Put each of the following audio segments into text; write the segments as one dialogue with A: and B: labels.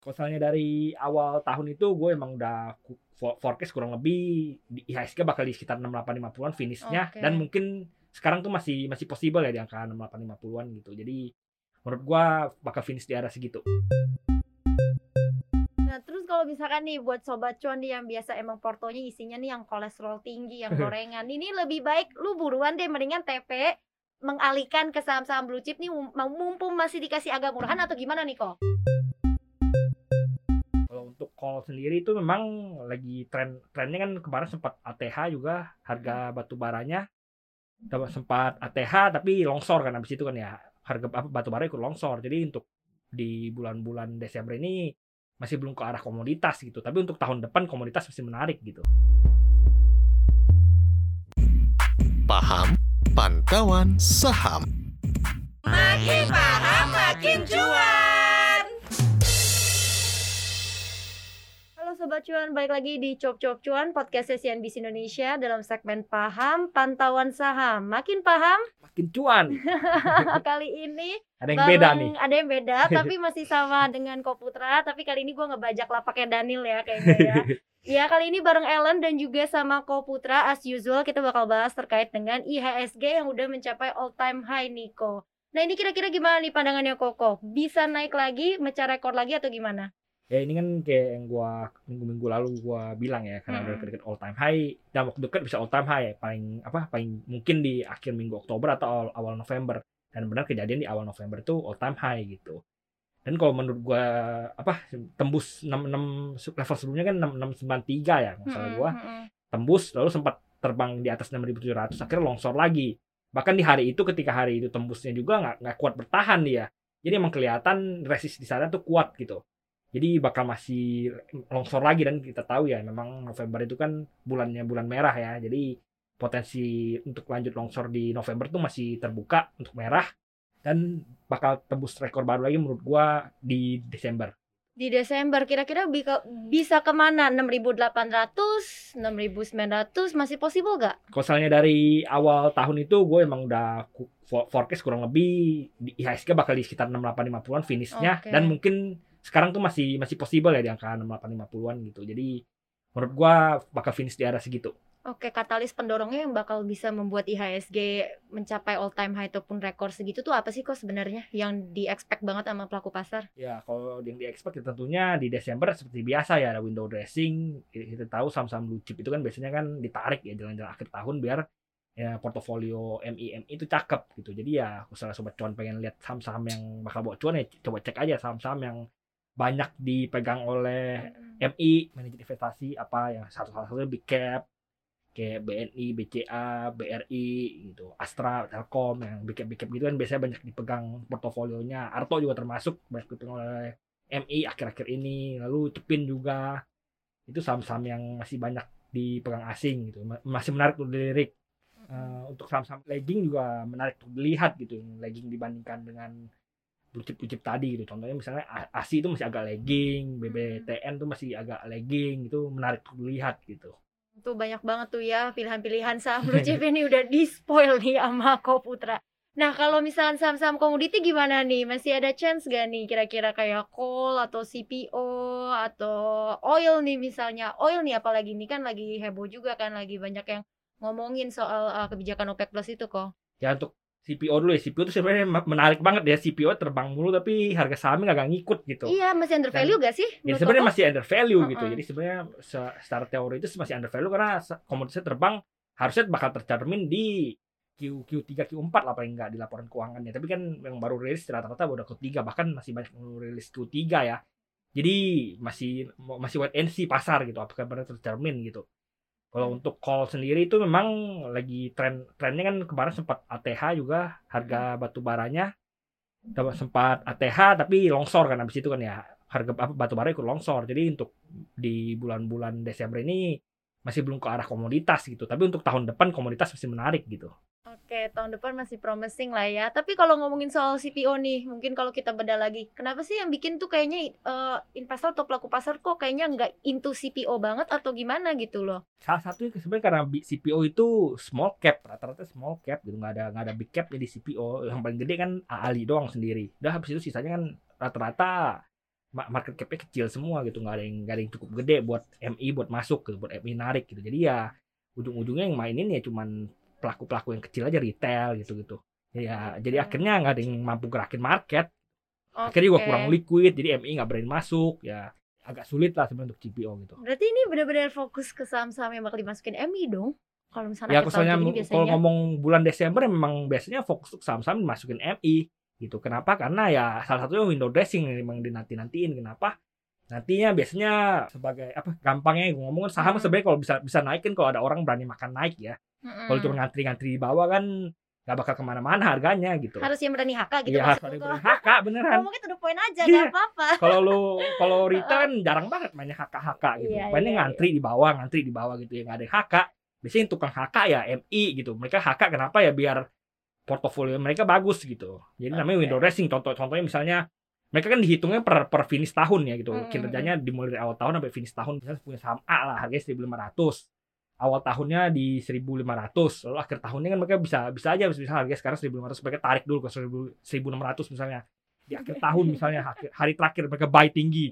A: Kalau misalnya dari awal tahun itu gue emang udah forecast kurang lebih di IHSG bakal di sekitar 6850-an finishnya, dan
B: Oke.
A: mungkin sekarang tuh masih possible ya di angka 6850-an gitu. Jadi menurut gue bakal finish di area segitu.
B: Nah, terus kalau misalkan nih buat sobat cuan nih yang biasa emang portonya isinya nih yang kolesterol tinggi, yang gorengan, ini lebih baik lu buruan deh mendingan TP mengalihkan ke saham-saham blue chip nih mumpung masih dikasih agak murahan atau gimana nih kok?
A: Kalau untuk call sendiri itu memang lagi trennya kan kemarin sempat ATH juga, harga batu baranya sempat ATH tapi longsor kan habis itu kan ya, harga batu bara ikut longsor. Jadi untuk di bulan-bulan Desember ini masih belum ke arah komoditas gitu, tapi untuk tahun depan komoditas masih menarik gitu.
C: Paham Pantauan Saham.
D: Makin paham makin cuan.
B: Halo Sobat Cuan, balik lagi di Cop Cuan, podcast CNBC Indonesia dalam segmen Paham Pantauan Saham. Makin paham?
A: Makin cuan.
B: Kali ini
A: Ada yang beda nih.
B: Ada yang beda, tapi masih sama dengan Koputra. Tapi kali ini gue ngebajak lapaknya Daniel ya kayaknya ya. Ya, kali ini bareng Ellen dan juga sama Koputra. As usual kita bakal bahas terkait dengan IHSG yang udah mencapai all time high nih Ko. Nah ini kira-kira gimana nih pandangannya Koko? Bisa naik lagi, mecah rekor lagi atau gimana?
A: Ya ini kan kayak yang gua minggu-minggu lalu gua bilang ya, karena udah deket all time high, dan waktu dekat bisa all time high ya, paling mungkin di akhir minggu Oktober atau awal November. Dan benar kejadian di awal November tuh all time high gitu. Dan kalau menurut gua tembus 66 level sebelumnya kan 6693 ya, masalah gua tembus lalu sempat terbang di atas 6700, akhirnya longsor lagi. Bahkan di hari itu, ketika hari itu tembusnya juga nggak kuat bertahan dia. Jadi emang kelihatan resist di sana tuh kuat gitu. Jadi bakal masih longsor lagi, dan kita tahu ya memang November itu kan bulannya bulan merah ya. Jadi potensi untuk lanjut longsor di November tuh masih terbuka untuk merah, dan bakal tembus rekor baru lagi menurut gua di Desember.
B: Di Desember kira-kira bisa kemana? 6.800, 6.900 masih possible gak?
A: Kalau misalnya dari awal tahun itu gue emang udah forecast kurang lebih di IHSG bakal di sekitar 6850-an finishnya.
B: Oke.
A: Dan mungkin sekarang tuh masih possible ya di angka 6850-an gitu. Jadi menurut gue bakal finish di area segitu.
B: Oke, katalis pendorongnya yang bakal bisa membuat IHSG mencapai all time high ataupun rekor segitu tuh apa sih kok sebenarnya yang di-expect banget sama pelaku pasar?
A: Ya kalau yang di-expect ya tentunya di Desember seperti biasa ya, ada window dressing. Kita tahu saham-saham blue chip itu kan biasanya kan ditarik ya jalan-jalan akhir tahun biar ya portofolio MI itu cakep gitu. Jadi ya kalau sobat cuan pengen lihat saham-saham yang bakal bawa cuan ya coba cek aja saham-saham yang banyak dipegang oleh MI, manajer investasi, apa yang satu-satunya big cap kayak BNI, BCA, BRI gitu, Astra, Telkom, yang big cap gitu kan biasanya banyak dipegang portofolionya. Arto juga termasuk banyak dipegang oleh MI akhir-akhir ini. Lalu Cepin juga, itu saham-saham yang masih banyak dipegang asing gitu, masih menarik untuk dilirik. Untuk saham-saham lagging juga menarik untuk dilihat gitu, lagging dibandingkan dengan blue chip tadi gitu. Contohnya misalnya ASI itu masih agak lagging, BBTN tuh masih agak lagging, itu menarik untuk dilihat gitu.
B: Tuh banyak banget tuh ya pilihan-pilihan saham blue chip ini udah di-spoil nih sama Koputra. Nah kalau misalnya saham-saham komoditi gimana nih? Masih ada chance gak nih kira-kira kayak coal atau CPO atau oil nih misalnya? Oil nih apalagi nih kan lagi heboh juga kan, lagi banyak yang ngomongin soal kebijakan OPEC Plus itu kok.
A: Ya untuk CPO dulu ya, CPO itu sebenarnya menarik banget ya. CPO terbang mulu tapi harga sahamnya gak ngikut gitu.
B: Iya masih under value gak sih?
A: Ya sebenarnya masih under value gitu. Jadi sebenarnya secara teori itu masih under value karena komoditasnya terbang, harusnya bakal tercermin di Q3, Q4 lah paling nggak di laporan keuangannya. Tapi kan yang baru rilis rata-rata udah Q3, bahkan masih banyak yang rilis Q3 ya. Jadi masih wait and see pasar gitu, apakah benar tercermin gitu. Kalau untuk call sendiri itu memang lagi trennya kan kemarin sempat ATH juga, harga batu baranya sempat ATH tapi longsor kan habis itu kan ya, harga batu bara ikut longsor. Jadi untuk di bulan-bulan Desember ini masih belum ke arah komoditas gitu, tapi untuk tahun depan komoditas masih menarik gitu.
B: Oke, tahun depan masih promising lah ya. Tapi kalau ngomongin soal CPO nih, mungkin kalau kita bedah lagi, kenapa sih yang bikin tuh kayaknya investor atau pelaku pasar kok kayaknya nggak into CPO banget atau gimana gitu loh?
A: Salah satunya sebenarnya karena CPO itu small cap, rata-rata small cap gitu, nggak ada big cap jadi CPO. Yang paling gede kan Ali doang sendiri. Udah habis itu sisanya kan rata-rata market cap-nya kecil semua gitu, nggak ada yang cukup gede buat MI buat masuk gitu, buat MI narik gitu. Jadi ya ujung-ujungnya yang mainin ya cuman pelaku-pelaku yang kecil aja, retail gitu. Ya jadi akhirnya nggak ada yang mampu gerakin market. Akhirnya juga kurang liquid, jadi MI nggak berani masuk, ya agak sulit lah sebenarnya untuk CPO gitu.
B: Berarti ini benar-benar fokus ke saham-saham yang bakal dimasukin MI dong? Kalau misalnya
A: Ya
B: akhir tahun gini
A: kalau
B: biasanya.
A: ngomong bulan Desember memang biasanya fokus untuk saham-saham dimasukin MI gitu. Kenapa? Karena ya salah satunya window dressing yang memang dinanti-nantiin. Kenapa? Nantinya biasanya sebagai apa? Gampangnya gue ngomongin saham sebenarnya kalau bisa naikin kalau ada orang berani makan naik ya. Kalau turun ngantri-ngantri di bawah kan nggak bakal kemana-mana harganya gitu.
B: Harus yang berani HK gitu.
A: Iya, harus yang berani HK beneran.
B: Ngomongnya to the point aja,
A: Iya.
B: nggak apa-apa.
A: Kalau retail kan jarang banget mainnya HK gitu.
B: Iya,
A: Mainnya
B: iya,
A: ngantri di bawah gitu ya, nggak ada yang HK. Biasanya yang tukang HK ya MI gitu. Mereka HK kenapa ya? Biar portofolio mereka bagus gitu. Jadi namanya window dressing. Contohnya misalnya mereka kan dihitungnya per finish tahun ya gitu. Kinerjanya dimulai dari awal tahun sampai finish tahun. Misalnya punya saham A lah harganya 1.500. Awal tahunnya di 1.500. Lalu akhir tahunnya kan mereka bisa aja misalnya harganya sekarang 1.500 mereka tarik dulu ke 1.600 misalnya. Di akhir tahun misalnya hari terakhir mereka buy tinggi.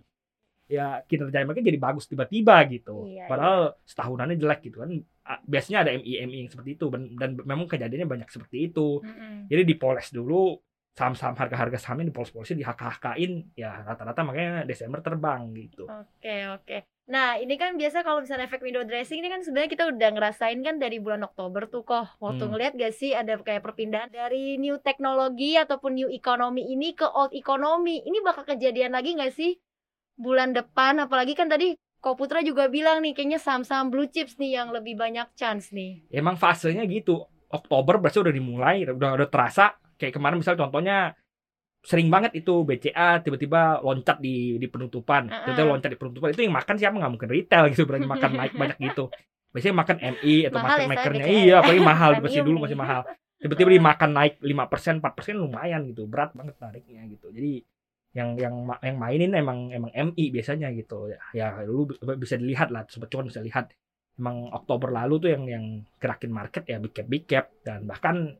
A: Ya kinerja mereka jadi bagus tiba-tiba gitu.
B: Iya,
A: Padahal setahunannya jelek gitu kan. Biasanya ada MI yang seperti itu dan memang kejadiannya banyak seperti itu. Jadi dipoles dulu saham-saham harga-harga sahamnya dipoles-polesnya dihak-hakain ya rata-rata makanya Desember terbang gitu.
B: Oke. Nah, ini kan biasa kalau misalnya efek window dressing ini kan sebenarnya kita udah ngerasain kan dari bulan Oktober tuh kok. Waktu ngeliat gak sih ada kayak perpindahan dari new teknologi ataupun new economy ini ke old economy. Ini bakal kejadian lagi gak sih bulan depan? Apalagi kan tadi Ko Putra juga bilang nih kayaknya saham-saham blue chips nih yang lebih banyak chance nih.
A: Emang fasenya gitu. Oktober berarti udah dimulai, udah terasa. Kayak kemarin misalnya contohnya sering banget itu BCA tiba-tiba loncat di penutupan. Tiba-tiba loncat di penutupan. Itu yang makan siapa? Nggak mungkin retail gitu berani makan naik banyak gitu. Biasanya makan MI atau
B: Mahal
A: market
B: ya,
A: makernya.
B: BCA.
A: Iya, apalagi mahal masih
B: Premium
A: dulu
B: nih.
A: masih mahal. Tiba-tiba dimakan naik 5%, 4% lumayan gitu. Berat banget nariknya gitu. Jadi yang mainin emang MI biasanya gitu. Ya lu bisa dilihat lah, sobat cuan bisa lihat. Emang Oktober lalu tuh yang gerakin market ya big cap dan bahkan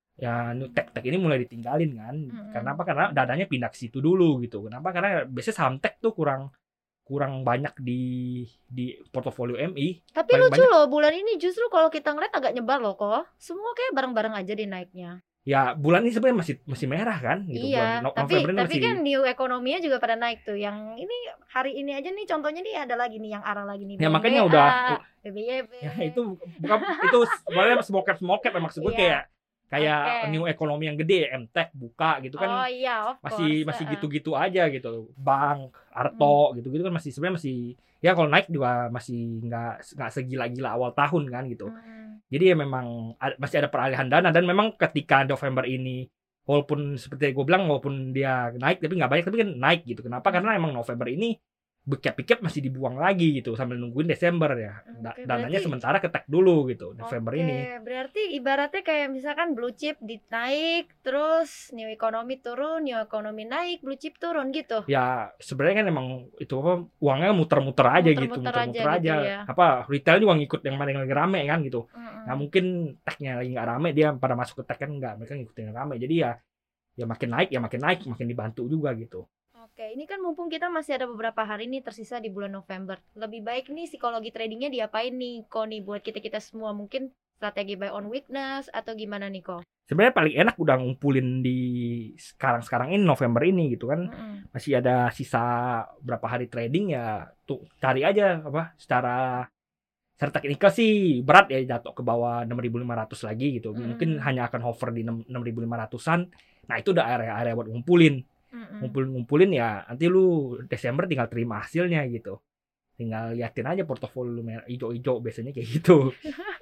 A: ya new tech ini mulai ditinggalin kan. Kenapa? Karena dadanya pindah ke situ dulu gitu. Kenapa? Karena biasanya saham tech tuh kurang banyak di portofolio MI.
B: Tapi
A: Paling
B: lucu
A: banyak-
B: loh, bulan ini justru kalau kita ngeliat agak nyebar loh kok. Semua kayak bareng-bareng aja deh naiknya.
A: Ya bulan ini sebenarnya masih merah kan gitu.
B: Iya,
A: Bulan
B: tapi
A: November ini masih
B: kan new ekonominya juga pada naik tuh. Yang ini hari ini aja nih contohnya nih ada lagi nih yang arah lagi nih.
A: Ya, makanya
B: BBA,
A: udah
B: BBYP.
A: ya itu bukan itu sebenarnya small cap maksud gue
B: Iya.
A: kayak
B: Oke.
A: new ekonomi yang gede, MTech buka gitu kan.
B: Oh iya, of
A: masih
B: course.
A: gitu-gitu aja gitu. Bank, Arto gitu-gitu kan sebenarnya masih ya kalau naik juga masih nggak segila-gila awal tahun kan gitu. Jadi ya memang masih ada peralihan dana dan memang ketika November ini walaupun seperti gue bilang walaupun dia naik tapi nggak banyak tapi kan naik gitu. Kenapa? Karena emang November ini bicap masih dibuang lagi gitu sambil nungguin Desember ya.
B: Oke,
A: Dananya
B: berarti-
A: sementara ketek dulu gitu November
B: Oke,
A: ini.
B: berarti ibaratnya kayak misalkan blue chip naik, terus new economy turun, new economy naik, blue chip turun gitu.
A: Ya sebenarnya kan emang itu apa uangnya muter-muter aja gitu,
B: Muter-muter aja gitu ya.
A: Apa retail juga ngikut yang mana yang lagi rame kan gitu.
B: Mm-mm.
A: Nah mungkin technya lagi nggak rame dia pada masuk ke tech kan nggak, mereka ngikutin yang rame. Jadi ya makin naik, makin dibantu juga gitu.
B: Oke, ini kan mumpung kita masih ada beberapa hari nih tersisa di bulan November. Lebih baik nih psikologi tradingnya diapain nih, Ko nih buat kita semua mungkin strategi buy on weakness atau gimana nih, Ko?
A: Sebenarnya paling enak udah ngumpulin di sekarang ini November ini gitu kan. Masih ada sisa berapa hari trading ya tuh cari aja apa secara teknikal sih berat ya jatuh ke bawah 6.500 lagi gitu. Mungkin hanya akan hover di 6.500-an. Nah, itu udah area-area buat ngumpulin. Ngumpulin ya nanti lu Desember tinggal terima hasilnya gitu. Tinggal liatin aja portofolio lu hijau-hijau biasanya kayak gitu.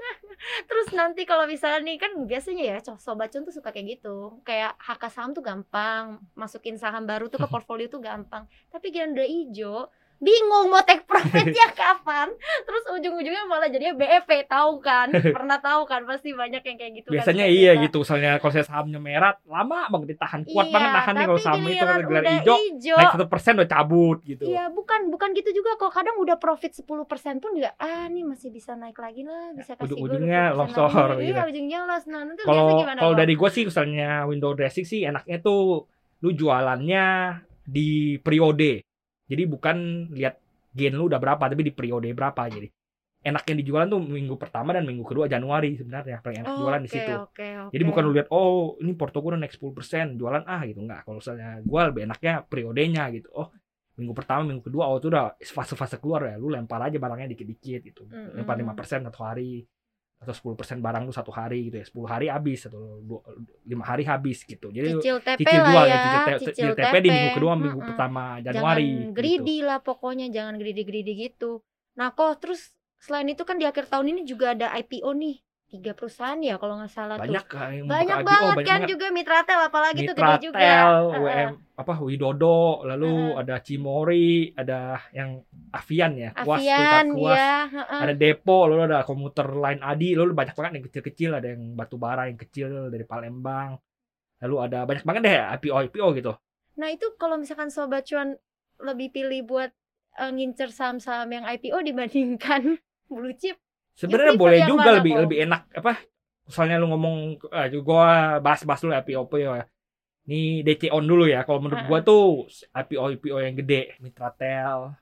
B: Terus nanti kalau misalnya nih kan biasanya ya sobat cuan tuh suka kayak gitu. Kayak HK saham tuh gampang, masukin saham baru tuh ke portfolio tuh gampang. Tapi giliran udah hijau, bingung mau take profitnya kapan. Terus ujung-ujungnya malah jadinya BEP, tahu kan? Pernah tahu kan pasti banyak yang kayak gitu.
A: Biasanya
B: kan,
A: iya
B: kita.
A: gitu. Misalnya kalau saya sahamnya merah lama banget ditahan kuat
B: Iya,
A: banget nahannya kalau saham itu kalau
B: giliran
A: gelar
B: udah
A: hijau naik 1% udah cabut gitu.
B: Iya, bukan gitu juga kok. Kadang udah profit 10% pun juga nih masih bisa naik lagi lah, bisa kasih gue
A: Ujung-ujungnya
B: 20%
A: longsor
B: lagi.
A: gitu.
B: Iya, ujungnya loss. Nah, itu biasa gimana
A: Kalau
B: kok?
A: dari gue sih misalnya window dressing sih enaknya tuh lu jualannya di periode. Jadi bukan lihat gain lu udah berapa, tapi di periode berapa. Jadi enaknya dijualan tuh minggu pertama dan minggu kedua Januari sebenarnya paling enak jualan di situ. Jadi bukan lu lihat ini porto gue udah naik 10% jualan gitu enggak. Kalau misalnya gue lebih enaknya periodenya gitu. Minggu pertama, minggu kedua itu udah fase-fase keluar ya. Lu lempar aja barangnya dikit-dikit gitu. Lempar 5% satu hari atau 10% barang lu satu hari gitu ya. 10 hari habis atau 5 hari habis gitu. Jadi
B: Cicil TP
A: cicil
B: lah
A: jual
B: ya,
A: cicil TP di minggu kedua, minggu pertama Januari.
B: Jangan greedy lah pokoknya, jangan greedy gitu. Nah kok terus selain itu kan di akhir tahun ini juga ada IPO nih, 3 perusahaan ya kalau nggak salah
A: banyak
B: tuh.
A: yang
B: Banyak
A: IPO,
B: banget
A: banyak
B: kan
A: banget.
B: juga Mitratel apalagi tuh gede juga.
A: Mitratel, Widodo, lalu ada Cimori, ada yang Avian ya, Kuas,
B: Avian
A: Kuas,
B: ya,
A: ada Depo, lalu ada komuter Line Adi, lalu banyak banget yang kecil-kecil, ada yang batubara yang kecil dari Palembang, lalu ada banyak banget deh IPO gitu.
B: Nah itu kalau misalkan Sobat Cuan lebih pilih buat ngincer saham-saham yang IPO dibandingkan blue chip,
A: sebenarnya
B: prefer
A: boleh
B: yang
A: juga
B: mana,
A: lebih enak misalnya lu ngomong gua bahas dulu IPO ya. Ini DC on dulu ya. Kalau menurut gua tuh IPO yang gede, Mitratel,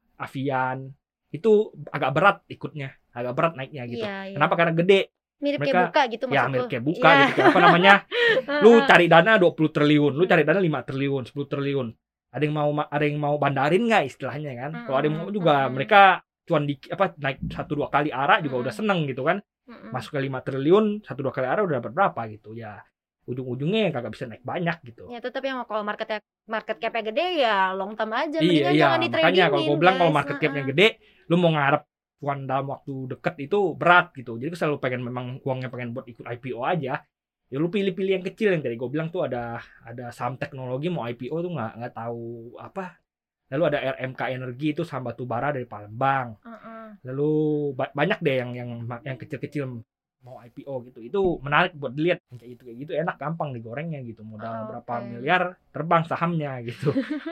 A: Avian, itu agak berat ikutnya, agak berat naiknya gitu.
B: Iya.
A: Kenapa? Karena gede.
B: Mirip
A: Mereka,
B: kayak buka gitu maksud
A: ya
B: lu?
A: mirip kayak buka
B: Ya.
A: gitu. Apa namanya? Lu cari dana 20 triliun, lu cari dana 5 triliun, 10 triliun. Ada yang mau bandarin nggak istilahnya kan? Kalau ada yang mau juga mereka cuan naik 1-2 kali ARA juga udah seneng gitu kan. Masuk ke 5 triliun 1-2 kali ARA udah dapat berapa gitu ya. Ujung-ujungnya kagak bisa naik banyak gitu.
B: Ya tetap yang kalau market cap-nya gede ya long term aja,
A: Iya,
B: jangan di tradingin.
A: Makanya kalau gue bilang kalau
B: guys.
A: market cap-nya gede, lu mau ngarep cuan dalam waktu deket itu berat gitu. Jadi kalau pengen memang uangnya pengen buat ikut IPO aja, ya lu pilih-pilih yang kecil yang tadi gue bilang tuh ada saham teknologi mau IPO tuh nggak tahu apa. Lalu ada RMK Energi itu saham batu bara dari Palembang. Lalu banyak deh yang kecil-kecil mau IPO gitu. Itu menarik buat dilihat kayak gitu enak gampang digorengnya gitu. Modal berapa miliar terbang sahamnya gitu.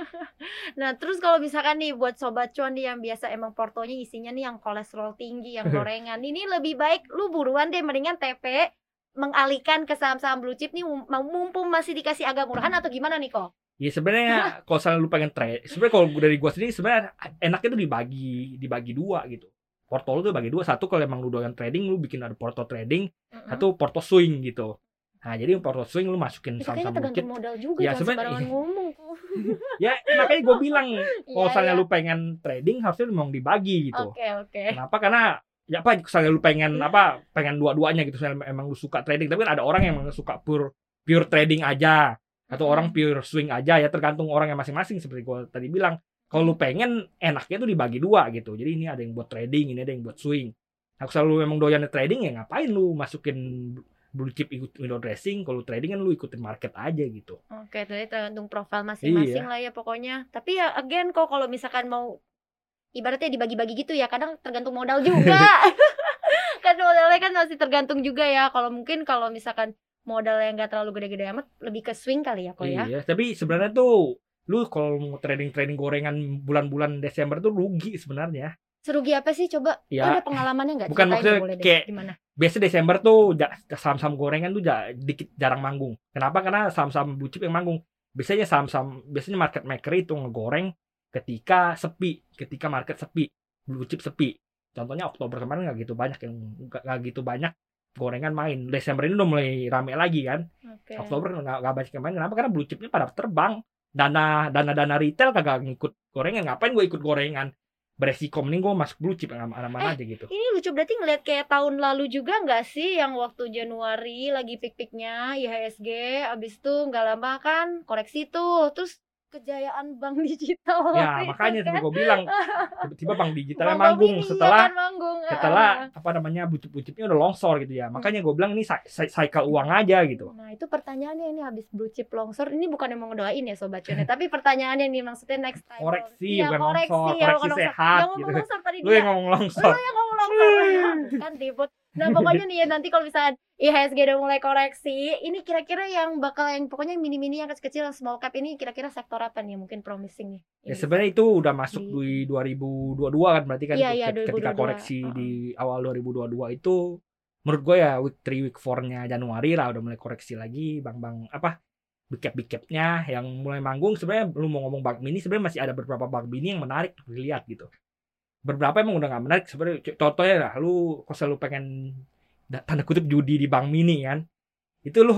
B: Nah, terus kalau misalkan nih buat Sobat Cuan nih yang biasa emang portonya isinya nih yang kolesterol tinggi, yang gorengan. Ini lebih baik lu buruan deh mendingan TP mengalihkan ke saham-saham blue chip nih mumpung masih dikasih agak murahan atau gimana nih kok?
A: Ya sebenarnya kalau misalnya lu pengen trade, sebenarnya kalau dari gua sendiri sebenarnya enaknya tuh dibagi dua gitu. Porto lu tuh bagi dua, satu kalau emang lu doyan trading lu bikin ada porto trading, satu porto swing gitu. Nah, jadi porto swing lu masukin saham-saham blue chip.
B: Modal juga
A: ya,
B: sembarangan ngomong tuh.
A: Ya, makanya gua bilang kalau misalnya lu pengen trading harusnya lu mau dibagi gitu.
B: Oke.
A: Kenapa? Karena ya misalnya lu pengen dua-duanya gitu, misalnya emang lu suka trading, tapi kan ada orang yang emang suka pure trading aja. Atau orang pure swing aja ya, tergantung orang yang masing-masing seperti gue tadi bilang. Kalau lu pengen enaknya tuh dibagi dua gitu. Jadi ini ada yang buat trading, ini ada yang buat swing. Nah, kalau lu memang doyan trading ya ngapain lu masukin blue chip ikut window dressing? Kalau trading kan lu ikutin market aja gitu.
B: Oke, jadi tergantung profil masing-masing lah ya pokoknya. Tapi ya again kok kalau misalkan mau ibaratnya dibagi-bagi gitu ya, kadang tergantung modal juga. Kan modalnya kan masih tergantung juga ya. Kalau misalkan modal yang nggak terlalu gede-gede amat, lebih ke swing kali ya kok ya.
A: Iya, tapi sebenarnya tuh lu kalau mau trading gorengan bulan-bulan Desember tuh rugi sebenarnya.
B: Serugi apa sih coba?
A: Ya,
B: ada pengalamannya nggak?
A: Bukan maksudnya kayak
B: gimana?
A: Biasa Desember tuh saham-saham gorengan tuh dikit jarang manggung. Kenapa? Karena saham-saham blue chip yang manggung. Biasanya market maker itu ngegoreng ketika market sepi, blue chip sepi. Contohnya Oktober kemarin nggak gitu banyak gorengan main. Desember ini udah mulai rame lagi kan. Oktober nggak banyak yang main. Kenapa? Karena blue chipnya pada terbang. Dana retail kagak ngikut gorengan. Ngapain gue ikut gorengan? Beresiko, mending gue masuk blue chip mana-mana aja gitu.
B: Ini lucu berarti ngeliat kayak tahun lalu juga nggak sih, yang waktu Januari lagi pik-piknya IHSG, abis itu nggak lama kan koreksi tuh, terus kejayaan bank digital.
A: Ya makanya
B: kan?
A: Gue bilang tiba-tiba bank digitalnya manggung setelah blue chip-nya udah longsor gitu ya. Makanya gue bilang ini cycle uang aja gitu.
B: Nah itu pertanyaannya, ini habis blue chip longsor, ini bukan yang mau ngedoain ya Sobat Cuan, tapi pertanyaannya nih maksudnya next time
A: koreksi
B: ya,
A: bukan
B: koreksi
A: sehat
B: yang
A: gitu.
B: ngomong longsor tadi
A: Lu yang ngomong longsor.
B: Kan tipu. Nah pokoknya nih ya, nanti kalau misalnya IHSG udah mulai koreksi, ini kira-kira yang pokoknya mini-mini yang kecil-kecil, yang small cap ini kira-kira sektor apa nih yang mungkin promising nih?
A: Ya sebenarnya itu udah masuk di 2022 kan, berarti kan ketika
B: 2022.
A: koreksi di awal 2022 itu menurut gue ya week 3 week 4-nya Januari lah udah mulai koreksi lagi, bank blue big capnya yang mulai manggung. Sebenarnya lu mau ngomong bank mini, sebenarnya masih ada beberapa bank mini yang menarik dilihat gitu. Beberapa emang udah nggak menarik sebenarnya. Contohnya lah, lu kalau lu pengen tanda kutip judi di bank mini kan, itu lu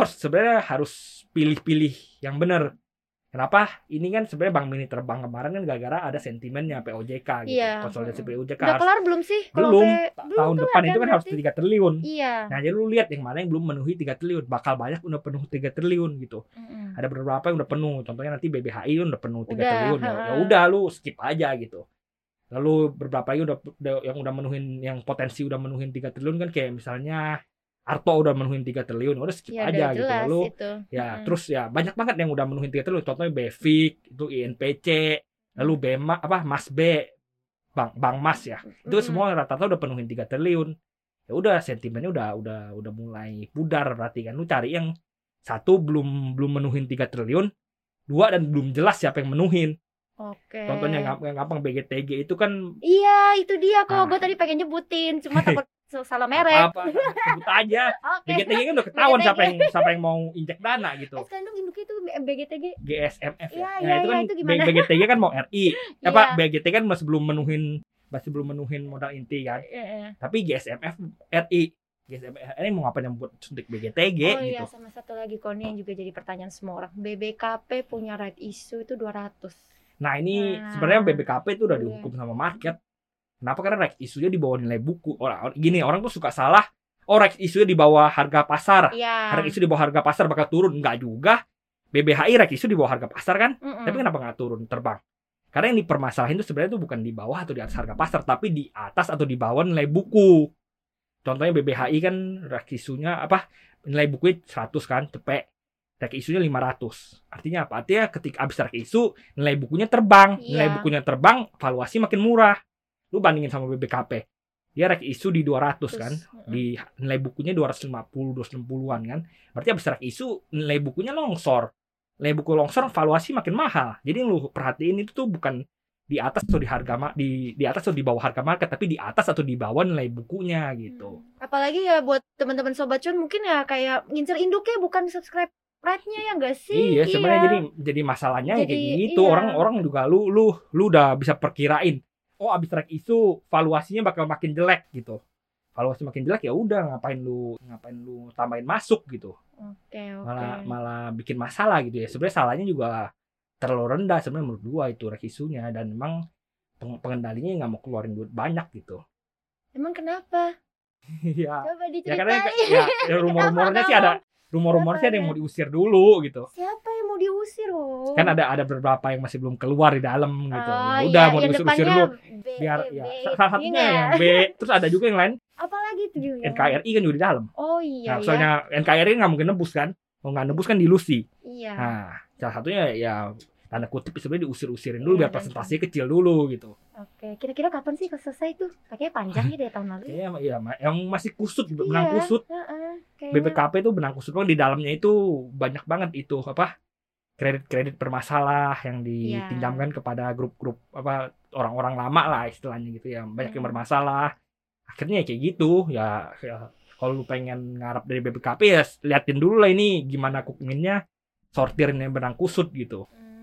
A: harus pilih-pilih yang bener. Kenapa? Ini kan sebenarnya bank mini terbang kemarin kan gara-gara ada sentimennya POJK gitu.
B: Iya.
A: Konsolidasi POJK
B: Udah kelar belum sih?
A: belum.
B: Belum
A: Tahun
B: kelar
A: depan itu kan
B: berarti?
A: harus 3 triliun.
B: Iya.
A: Nah, jadi lu lihat yang mana yang belum memenuhi 3 triliun. Bakal banyak udah penuh 3 triliun gitu. Ada beberapa yang udah penuh. Contohnya nanti BBHI udah penuh 3 triliun. Ya udah lu skip aja gitu. Lalu beberapa lagi udah yang udah menuhin, yang potensi udah menuhin 3 triliun kan, kayak misalnya Arto udah menuhin 3 triliun, udah skip
B: Ya,
A: aja
B: udah
A: gitu.
B: jelas
A: Lalu
B: itu.
A: ya terus ya banyak banget yang udah menuhin 3 triliun. Contohnya Bevik, itu INPC, lalu Bema Mas B, Bang Mas ya. Itu semua rata-rata udah penuhin 3 triliun. Ya udah sentimennya udah mulai pudar, berarti kan lu cari yang satu belum menuhin 3 triliun, dua dan belum jelas siapa yang menuhin.
B: Oke.
A: Contohnya gampang BGTG itu kan
B: Iya, itu dia kok.
A: Nah.
B: Gue tadi pengen nyebutin, cuma takut salah merek.
A: apa sebut aja.
B: Oke.
A: BGTG kan udah ketahuan
B: BGTG.
A: siapa yang mau injek dana gitu.
B: Sekarang dong induknya itu BGTG.
A: GSMF
B: Iya,
A: ya.
B: iya,
A: Nah, itu kan
B: iya, itu gimana?
A: BGTG kan mau RI.
B: Iya.
A: BGTG kan masih belum menuhin modal inti kan.
B: Iya.
A: Tapi GSMF RI. GSMF ini mau ngapain yang buat suntik BGTG
B: Oh
A: gitu.
B: iya, sama satu lagi Koni yang juga jadi pertanyaan semua orang. BBKP punya right issue itu 200.
A: Nah, ini
B: Nah.
A: sebenarnya BBKP itu udah
B: Iya.
A: dihukum sama market. Kenapa? Karena Rex isunya di bawah nilai buku. Orang tuh suka salah. Rex isunya di bawah harga pasar.
B: Iya.
A: Rex isu di bawah harga pasar bakal turun. Enggak juga. BBHI Rex isu di bawah harga pasar kan.
B: Mm-mm.
A: Tapi kenapa nggak turun, terbang? Karena yang dipermasalahin itu sebenarnya itu bukan di bawah atau di atas harga pasar, tapi di atas atau di bawah nilai buku. Contohnya BBHI kan Rex isunya nilai bukunya 100 kan, cepet. Rex isunya 500. Artinya apa? Artinya ketika habis Rex isu, nilai bukunya terbang.
B: Iya.
A: Nilai bukunya terbang, valuasi makin murah. Lu bandingin sama BBKP. Dia Rex isu di 200 kan. Di nilai bukunya 250, 260-an kan. Berarti habis Rex isu, nilai bukunya longsor. Nilai buku longsor, valuasi makin mahal. Jadi yang lu perhatiin itu tuh bukan di atas atau di harga di atas atau di bawah harga market, tapi di atas atau di bawah nilai bukunya gitu.
B: Apalagi ya buat teman-teman Sobat Cuan mungkin ya kayak ngincer induknya bukan subscribe rate-nya ya enggak sih?
A: Iya, sebenarnya jadi masalahnya
B: Jadi,
A: kayak gitu.
B: iya.
A: Orang juga lu udah bisa perkirain. Oh, abis Rex isu valuasinya bakal makin jelek gitu. Valuasi makin jelek, ya udah ngapain lu tambahin masuk gitu.
B: Oke.
A: Malah bikin masalah gitu ya. Sebenarnya salahnya juga terlalu rendah sebenarnya menurut gua itu Rex isunya, dan memang pengendalinya nggak mau keluarin duit banyak gitu.
B: Emang kenapa?
A: Iya.
B: Coba
A: Ya
B: diceritain.
A: karena ya rumor-rumornya sih ada. Rumor-rumornya sih ada yang mau diusir dulu gitu.
B: Siapa yang mau diusir, oh?
A: Kan ada beberapa yang masih belum keluar di dalam gitu.
B: Oh,
A: Ya
B: iya,
A: udah mau
B: yang
A: diusir
B: depannya
A: dulu
B: B,
A: biar
B: B,
A: ya
B: B.
A: salah satunya
B: Ini ya.
A: yang B, terus ada juga yang lain
B: Apalagi tuh juga.
A: NKRI kan juga di dalam.
B: Oh iya,
A: Nah, soalnya NKRI nggak mungkin nebus kan. Kalau nggak nebus kan dilusi.
B: Iya.
A: Nah, salah satunya ya tanda kutip sebenarnya diusir-usirin dulu
B: Iya,
A: biar
B: dan
A: presentasinya kecil dulu gitu.
B: Oke, kira-kira kapan sih selesai tuh? Kayaknya panjang ya dari tahun lalu.
A: Kayaknya ya yang masih kusut, benang
B: Iya,
A: kusut.
B: kayaknya.
A: BPKP itu benang kusut doang, di dalamnya itu banyak banget itu kredit bermasalah yang dipinjamkan kepada grup-grup orang-orang lama lah istilahnya gitu ya, banyak yang bermasalah. Akhirnya ya kayak gitu ya kalau lu pengen ngarap dari BPKP ya liatin dulu lah ini gimana cookingnya, sortirin yang benang kusut gitu.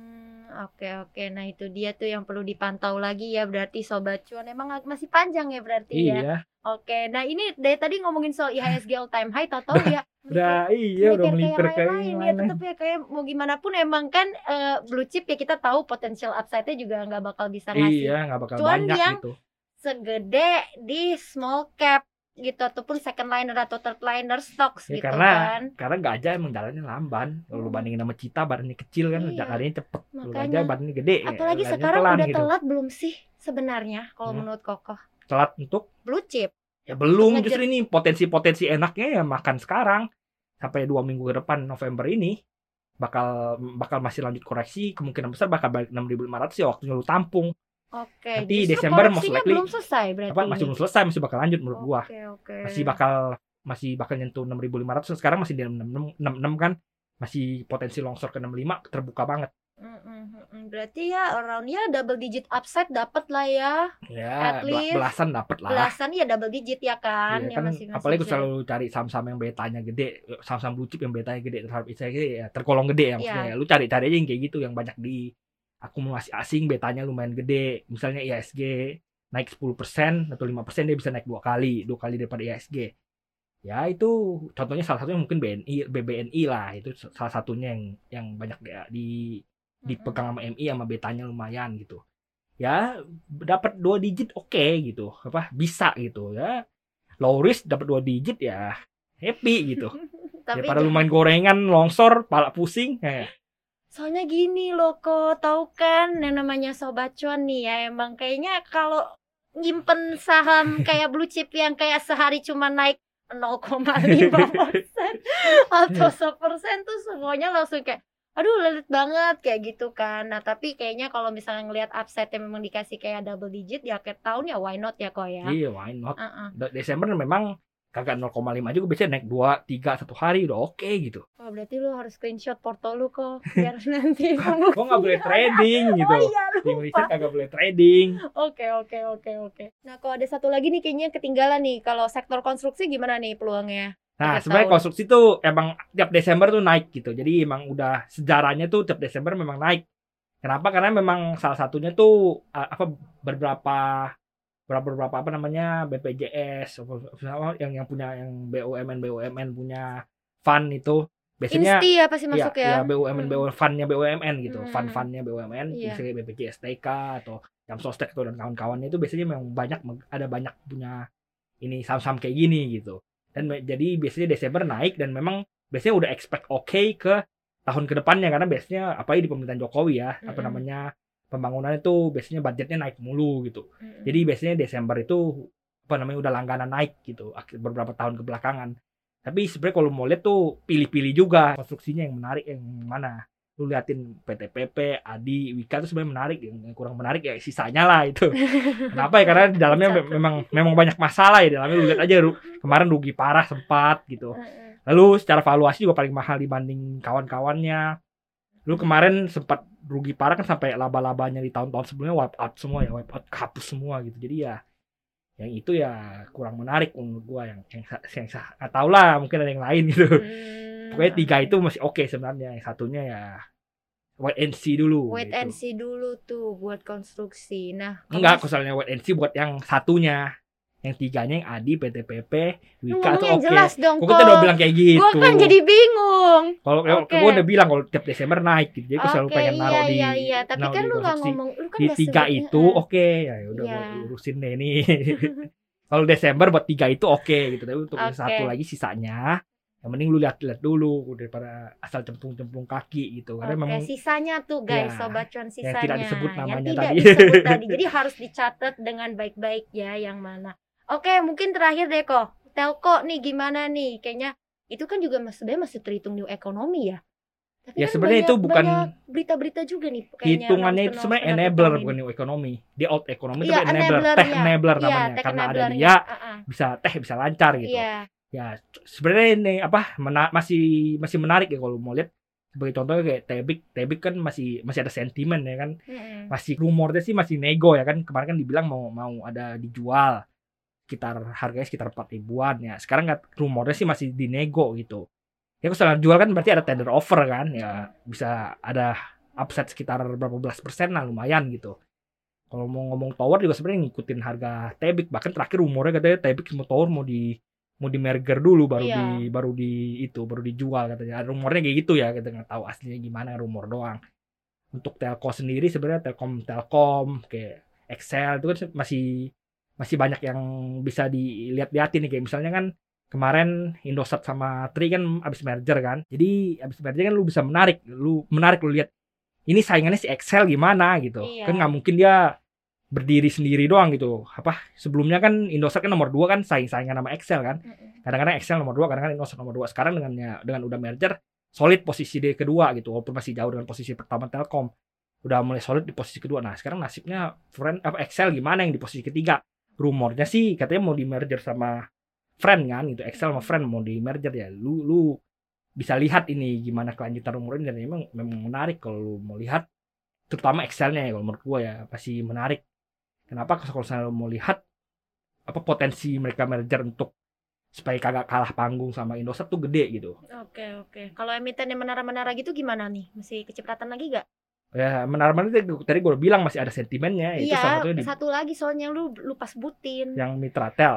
B: Oke. Nah itu dia tuh yang perlu dipantau lagi ya berarti Sobat Cuan. Emang masih panjang ya berarti ya.
A: Iya.
B: Oke, nah ini dari tadi ngomongin soal IHSG all time high, tau ya.
A: Udah melipir kayak
B: lain ya, tetap ya kayak mau gimana pun emang kan blue chip ya kita tahu potensial upside-nya juga nggak bakal bisa ngasih
A: Iya, nggak bakal
B: cuan
A: banyak
B: yang
A: gitu.
B: segede di small cap gitu ataupun second liner atau third liner stocks
A: Ya,
B: gitu
A: karena
B: kan.
A: gajah emang jalannya lamban. Kalau lu bandingin sama Cita badannya kecil kan,
B: Iya.
A: larinya cepet. Kalau
B: Makanya.
A: gajah badannya gede.
B: Apalagi
A: larinya
B: sekarang
A: pelan
B: udah
A: gitu.
B: telat belum sih sebenarnya kalau
A: Hmm.
B: menurut Kokoh
A: Telat untuk
B: blue chip.
A: ya belum,
B: Untuk
A: justru ini potensi enaknya ya makan sekarang sampai 2 minggu ke depan November ini bakal masih lanjut koreksi, kemungkinan besar bakal balik 6.500 ya waktunya lu tampung.
B: Oke,
A: Nanti
B: justru
A: Desember most
B: koreksinya
A: likely
B: belum selesai berarti.
A: masih belum selesai, masih bakal lanjut menurut gua.
B: Oke.
A: Masih bakal nyentuh 6.500, sekarang masih di 66 kan. Masih potensi longsor ke 65 terbuka banget.
B: Berarti ya around ya double digit upside dapat lah ya.
A: Ya,
B: At least
A: belasan dapat lah.
B: belasan ya double digit ya kan.
A: Iya
B: Ya
A: kan,
B: masih
A: apalagi gue
B: bisa.
A: selalu cari saham-saham yang betanya gede, saham-saham blue chip yang betanya gede terhadap IHSG ya tergolong gede ya maksudnya.
B: Iya.
A: Lu cari-cari aja yang kayak gitu yang banyak di akumulasi asing betanya lumayan gede. Misalnya IHSG naik 10% atau 5% dia bisa naik dua kali daripada IHSG. Ya itu contohnya salah satunya mungkin BBNI lah, itu salah satunya yang banyak dipegang sama MI sama betanya lumayan gitu. Ya dapat 2 digit oke gitu, apa bisa gitu ya. Low risk dapat 2 digit ya happy gitu.
B: Tapi
A: Daripada lu main gorengan longsor pala pusing ya.
B: soalnya gini loh kok, tahu kan yang namanya sobat cuan nih ya, emang kayaknya kalau nyimpen saham kayak blue chip yang kayak sehari cuma naik 0,5% atau 1% tuh semuanya langsung kayak aduh lelet banget kayak gitu kan. Nah tapi kayaknya kalau misalnya ngelihat upside yang memang dikasih kayak double digit di akhir tahun ya why not ya kok ya.
A: Iya, why not?
B: Uh-uh.
A: Desember memang kagak 0,5 juga biasanya naik 2, 3 satu hari udah oke gitu.
B: Oh berarti lu harus screenshot porto lu kok biar nanti
A: Gua nggak boleh trading gitu.
B: Oh iya
A: Di Indonesia
B: lupa.
A: kagak boleh trading.
B: Oke. Nah kalau ada satu lagi nih kayaknya ketinggalan nih, kalau sektor konstruksi gimana nih peluangnya?
A: Nah,
B: Akhir
A: sebenarnya
B: tahun.
A: konstruksi tuh emang tiap Desember tuh naik gitu. Jadi emang udah sejarahnya tuh tiap Desember memang naik. Kenapa? Karena memang salah satunya tuh beberapa apa namanya BPJS yang punya yang BUMN punya fund itu biasanya
B: Insti apa sih masuk ya?
A: BUMN fundnya BUMN gitu, fund-fundnya BUMN
B: Iya.
A: misalnya BPJS TK atau Jam Sostek dan kawan-kawannya itu biasanya memang ada banyak punya ini saham-saham kayak gini gitu. Dan jadi biasanya Desember naik dan memang biasanya udah expect oke ke tahun ke depannya karena biasanya apalagi di pemerintahan Jokowi ya, apa namanya pembangunan itu biasanya budgetnya naik mulu gitu. Jadi biasanya Desember itu apa namanya udah langganan naik gitu beberapa tahun ke belakangan. Tapi sebenarnya kalau mau lihat tuh pilih-pilih juga konstruksinya yang menarik yang mana. Lu liatin PTPP, ADI, Wika itu sebenarnya menarik, yang kurang menarik ya sisanya lah itu. Kenapa ya? Karena di dalamnya memang banyak masalah ya di dalamnya. Lu lihat aja kemarin rugi parah sempat gitu. Lalu secara valuasi juga paling mahal dibanding kawan-kawannya. Lu kemarin sempat rugi parah kan sampai laba-labanya di tahun-tahun sebelumnya wipe out semua ya, wipe out hapus semua gitu. Jadi ya yang itu ya kurang menarik menurut gua yang nggak tahu lah mungkin ada yang lain gitu. Pokoknya 3 itu masih oke sebenarnya. Yang satunya ya wait and see dulu.
B: Wait
A: gitu.
B: and see dulu tuh buat konstruksi. Nah,
A: Enggak, misalnya wait and see buat yang satunya. Yang 3-nya yang ADI, PTPP, Wika
B: ngomong
A: tuh
B: yang
A: oke.
B: jelas dong
A: Gua kan udah bilang kayak gitu.
B: Gua kan jadi bingung.
A: Kalau
B: Oke.
A: gua udah bilang kalau tiap Desember naik gitu. Jadi gua selalu pengen naruh di
B: iya. Tapi
A: naruh
B: kan
A: di
B: lu nggak
A: konstruksi.
B: ngomong, lu kan
A: Di
B: nggak
A: 3
B: sebut-
A: itu oke. Ya udah
B: Iya.
A: gua urusin deh nih. Kalau Desember buat 3 itu oke gitu. Tapi untuk yang
B: Oke.
A: satu lagi sisanya yang mending lu lihat dulu daripada asal cemplung-cemplung kaki gitu. Karena
B: Oke,
A: memang
B: sisanya tuh guys,
A: Ya,
B: sobat cuan sisanya.
A: tidak disebut namanya
B: yang tidak
A: tadi.
B: disebut tadi. Jadi harus dicatat dengan baik-baik ya yang mana. Oke, mungkin terakhir deh kok. Telco nih gimana nih? Kayaknya itu kan juga sebenarnya masih terhitung new ekonomi ya. Tapi
A: Ya,
B: kan
A: sebenarnya itu bukan
B: banyak berita-berita juga nih kayaknya
A: hitungannya itu
B: announcement-
A: sebenarnya
B: announcement
A: enabler
B: tahun
A: bukan
B: ini.
A: new economy. Dia old economy
B: Iya,
A: tapi enabler,
B: enabler-nya.
A: tech enabler
B: Iya,
A: namanya.
B: tech
A: Karena ada
B: enabler-nya.
A: dia
B: Uh-uh.
A: bisa lancar gitu.
B: Iya.
A: Ya sebenarnya ini apa masih menarik ya kalau mau lihat sebagai contohnya kayak Tebik kan masih ada sentimen ya kan, masih rumornya sih masih nego ya kan, kemarin kan dibilang mau ada dijual harganya sekitar 4 ribuan ya, sekarang rumornya sih masih dinego gitu ya. Kalau setelah jual kan berarti ada tender offer kan ya, bisa ada upside sekitar berapa belas persen lah, lumayan gitu. Kalau mau ngomong tower juga sebenarnya ngikutin harga Tebik, bahkan terakhir rumornya katanya Tebik semua tower mau di merger dulu
B: Iya.
A: baru dijual katanya. Ada rumornya kayak gitu ya, kita nggak tahu aslinya gimana, rumor doang. Untuk telco sendiri sebenarnya telkom kayak Excel itu kan masih banyak yang bisa dilihat-lihatin nih, kayak misalnya kan kemarin Indosat sama Tri kan abis merger kan. Jadi abis merger kan lu bisa menarik lu lihat ini saingannya si Excel gimana gitu.
B: Iya.
A: Kan nggak mungkin dia berdiri sendiri doang gitu. Sebelumnya kan Indosat kan nomor 2 kan saingan sama Excel kan. Kadang-kadang Excel nomor 2, kadang-kadang Indosat nomor 2. Sekarang dengan udah merger solid posisi di kedua gitu, walaupun masih jauh dengan posisi pertama Telkom. Udah mulai solid di posisi kedua. Nah, sekarang nasibnya Excel gimana yang di posisi ketiga? Rumornya sih katanya mau di merger sama Friend kan gitu. Excel sama Friend mau di merger ya. Lu bisa lihat ini gimana kelanjutan rumor ini, dan memang menarik kalau lu mau lihat, terutama Excelnya ya, kalau menurut gue ya pasti menarik. Kenapa? Kalau misalnya lu mau lihat apa potensi mereka merger untuk supaya kagak kalah panggung sama Indosat tuh gede gitu.
B: Oke. Kalau emiten yang menara-menara gitu gimana nih? Masih kecipratan lagi gak?
A: Ya menara-menara tadi gue udah bilang masih ada sentimennya. Itu salah
B: Iya,
A: satunya
B: satu lagi soalnya lu lupa sebutin.
A: yang Mitratel.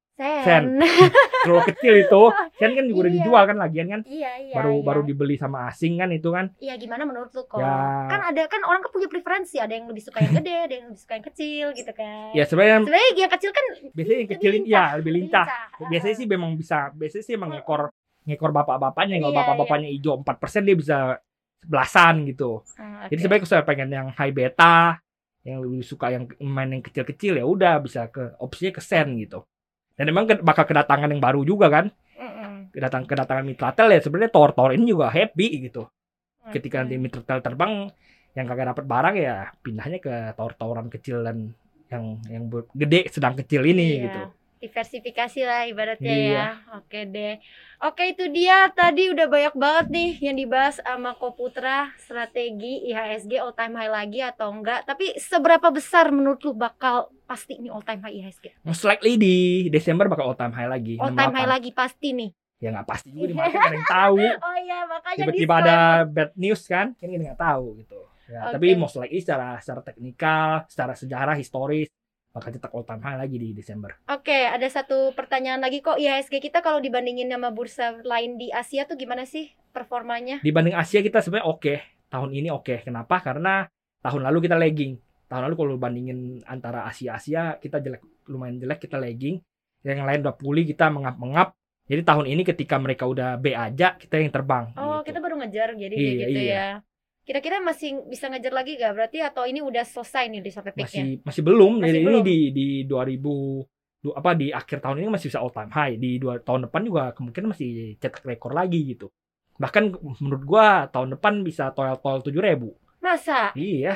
B: Sen.
A: Terlalu kecil itu. Sen kan juga udah
B: Iya.
A: dijual kan lagian kan.
B: Iya.
A: Baru dibeli sama asing kan itu kan.
B: Iya, gimana menurut lu kok?
A: Ya.
B: Kan ada kan orang kan punya preferensi, ada yang lebih suka yang gede, ada yang lebih suka yang kecil gitu kan.
A: Ya sebenarnya
B: Sebenarnya yang kecil kan
A: biasanya yang kecil
B: lincah,
A: ya lebih lincah.
B: lincah.
A: Biasanya sih memang bisa, biasanya sih emang ngekor bapak-bapaknya. Kalau
B: Iya,
A: bapak-bapaknya hijau 4% dia bisa belasan gitu. Jadi
B: Oke.
A: sebenarnya kalau saya pengen yang high beta, yang lebih suka yang main yang kecil-kecil ya udah bisa ke opsinya ke Sen gitu. Dan memang bakal kedatangan yang baru juga kan. Kedatangan Mitratel ya sebenarnya tower ini juga happy gitu. Ketika nanti Mitratel terbang yang kagak dapat barang ya pindahnya ke tower-toweran kecil dan yang gede sedang kecil ini
B: Iya.
A: gitu.
B: Diversifikasi lah ibaratnya
A: Iya.
B: ya. Oke deh. Oke, itu dia tadi udah banyak banget nih yang dibahas sama Ko Putra, strategi IHSG all time high lagi atau enggak. Tapi seberapa besar menurut lu bakal pasti ini all time high IHSG?
A: Most likely di Desember bakal all time high lagi.
B: All time high
A: 68.
B: lagi pasti nih.
A: Ya nggak pasti juga di market, nggak ada yang tahu.
B: Oh iya, makanya
A: Tiba-tiba ada bad news kan kita nggak tahu gitu ya.
B: Oke.
A: Tapi most likely secara teknikal, secara sejarah historis bakal cetak all time high lagi di Desember.
B: Oke, ada satu pertanyaan lagi kok. IHSG kita kalau dibandingin sama bursa lain di Asia tuh gimana sih performanya?
A: Dibanding Asia kita sebenarnya oke. Tahun ini oke. Kenapa? Karena tahun lalu kita lagging. Tahun lalu kalau bandingin antara Asia kita lumayan jelek, kita lagging. Yang lain udah pulih, kita mengap-mengap. Jadi tahun ini ketika mereka udah B aja, kita yang terbang.
B: Oh,
A: gitu.
B: kita baru ngejar jadi
A: Iya,
B: kayak gitu
A: iya.
B: ya. Kira-kira masih bisa ngejar lagi gak berarti, atau ini udah selesai nih di sampai peaknya?
A: Masih belum.
B: Masih
A: Jadi
B: belum.
A: ini di 2000 di akhir tahun ini masih bisa all time high. Di tahun depan juga kemungkinan masih cetak rekor lagi gitu. Bahkan menurut gua tahun depan bisa tol 7.000.
B: Masa?
A: Iya.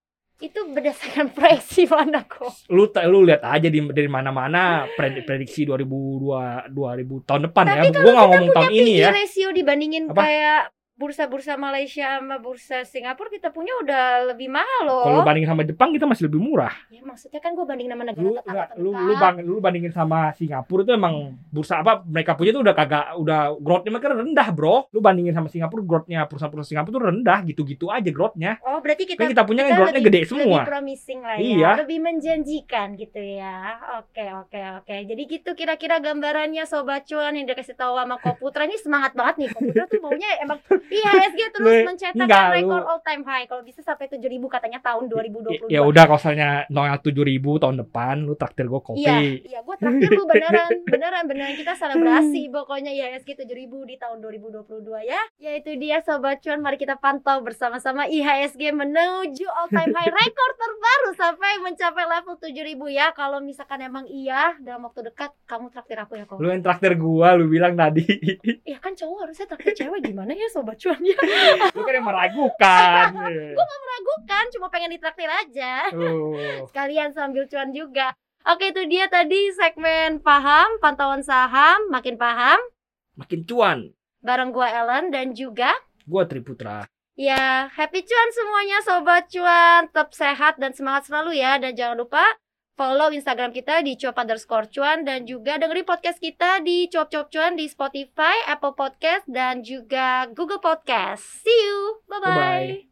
B: Itu berdasarkan proyeksi mana kok?
A: Lu lihat aja dari mana-mana prediksi 2000 tahun depan
B: Tapi
A: ya. Gua nggak ngomong tahun ini
B: PE
A: ya.
B: ratio dibandingin
A: Apa?
B: kayak bursa-bursa Malaysia sama bursa Singapura, kita punya udah lebih mahal loh.
A: Kalau lu bandingin sama Jepang kita masih lebih murah.
B: Ya maksudnya kan gue banding sama negara
A: Lu
B: tetangga
A: lu bandingin sama Singapura itu emang bursa apa mereka punya tuh udah growth-nya mereka rendah, Bro. Lu bandingin sama Singapura, growth-nya perusahaan-perusahaan Singapura tuh rendah, gitu-gitu aja growth-nya.
B: Oh, berarti
A: Kan kita punya kan growth-nya gede semua.
B: Lebih promising lah ya.
A: Iya.
B: Lebih menjanjikan gitu ya. Oke. Jadi gitu kira-kira gambarannya Sobat Cuan yang dikasih tahu sama Ko Putra. Ini semangat banget nih. Ko Putra tuh maunya emang IHSG terus mencetakkan
A: enggak,
B: rekor all time high. Kalau bisa sampai 7.000 katanya tahun 2022.
A: Ya udah kalau misalnya Noel 7.000 tahun depan lu traktir gue kopi.
B: Iya, gue traktir lu beneran kita selebrasi pokoknya IHSG 7.000 di tahun 2022 ya. Yaitu dia Sobat Cuan, mari kita pantau bersama-sama IHSG menuju all time high rekor terbaru sampai mencapai level 7.000 ya. Kalau misalkan emang iya dalam waktu dekat, kamu traktir aku ya kok.
A: Lu yang traktir gua, lu bilang tadi.
B: Ya kan cowok harusnya traktir cewek, gimana ya Sobat Cuan ya?
A: Lu kan yang meragukan.
B: Meragukan, cuma pengen ditraktir aja.
A: Tuh.
B: Sekalian sambil cuan juga. Oke, itu dia tadi segmen paham, pantauan saham, makin paham.
A: Makin cuan.
B: Bareng gua Ellen dan juga
A: Gua Triputra.
B: ya, happy cuan semuanya Sobat Cuan. Tetap sehat dan semangat selalu ya. Dan jangan lupa follow Instagram kita di @cuap_cuan dan juga dengerin podcast kita di cuap-cuap-cuan di Spotify, Apple Podcast dan juga Google Podcast. See you. Bye-bye.
A: Bye-bye.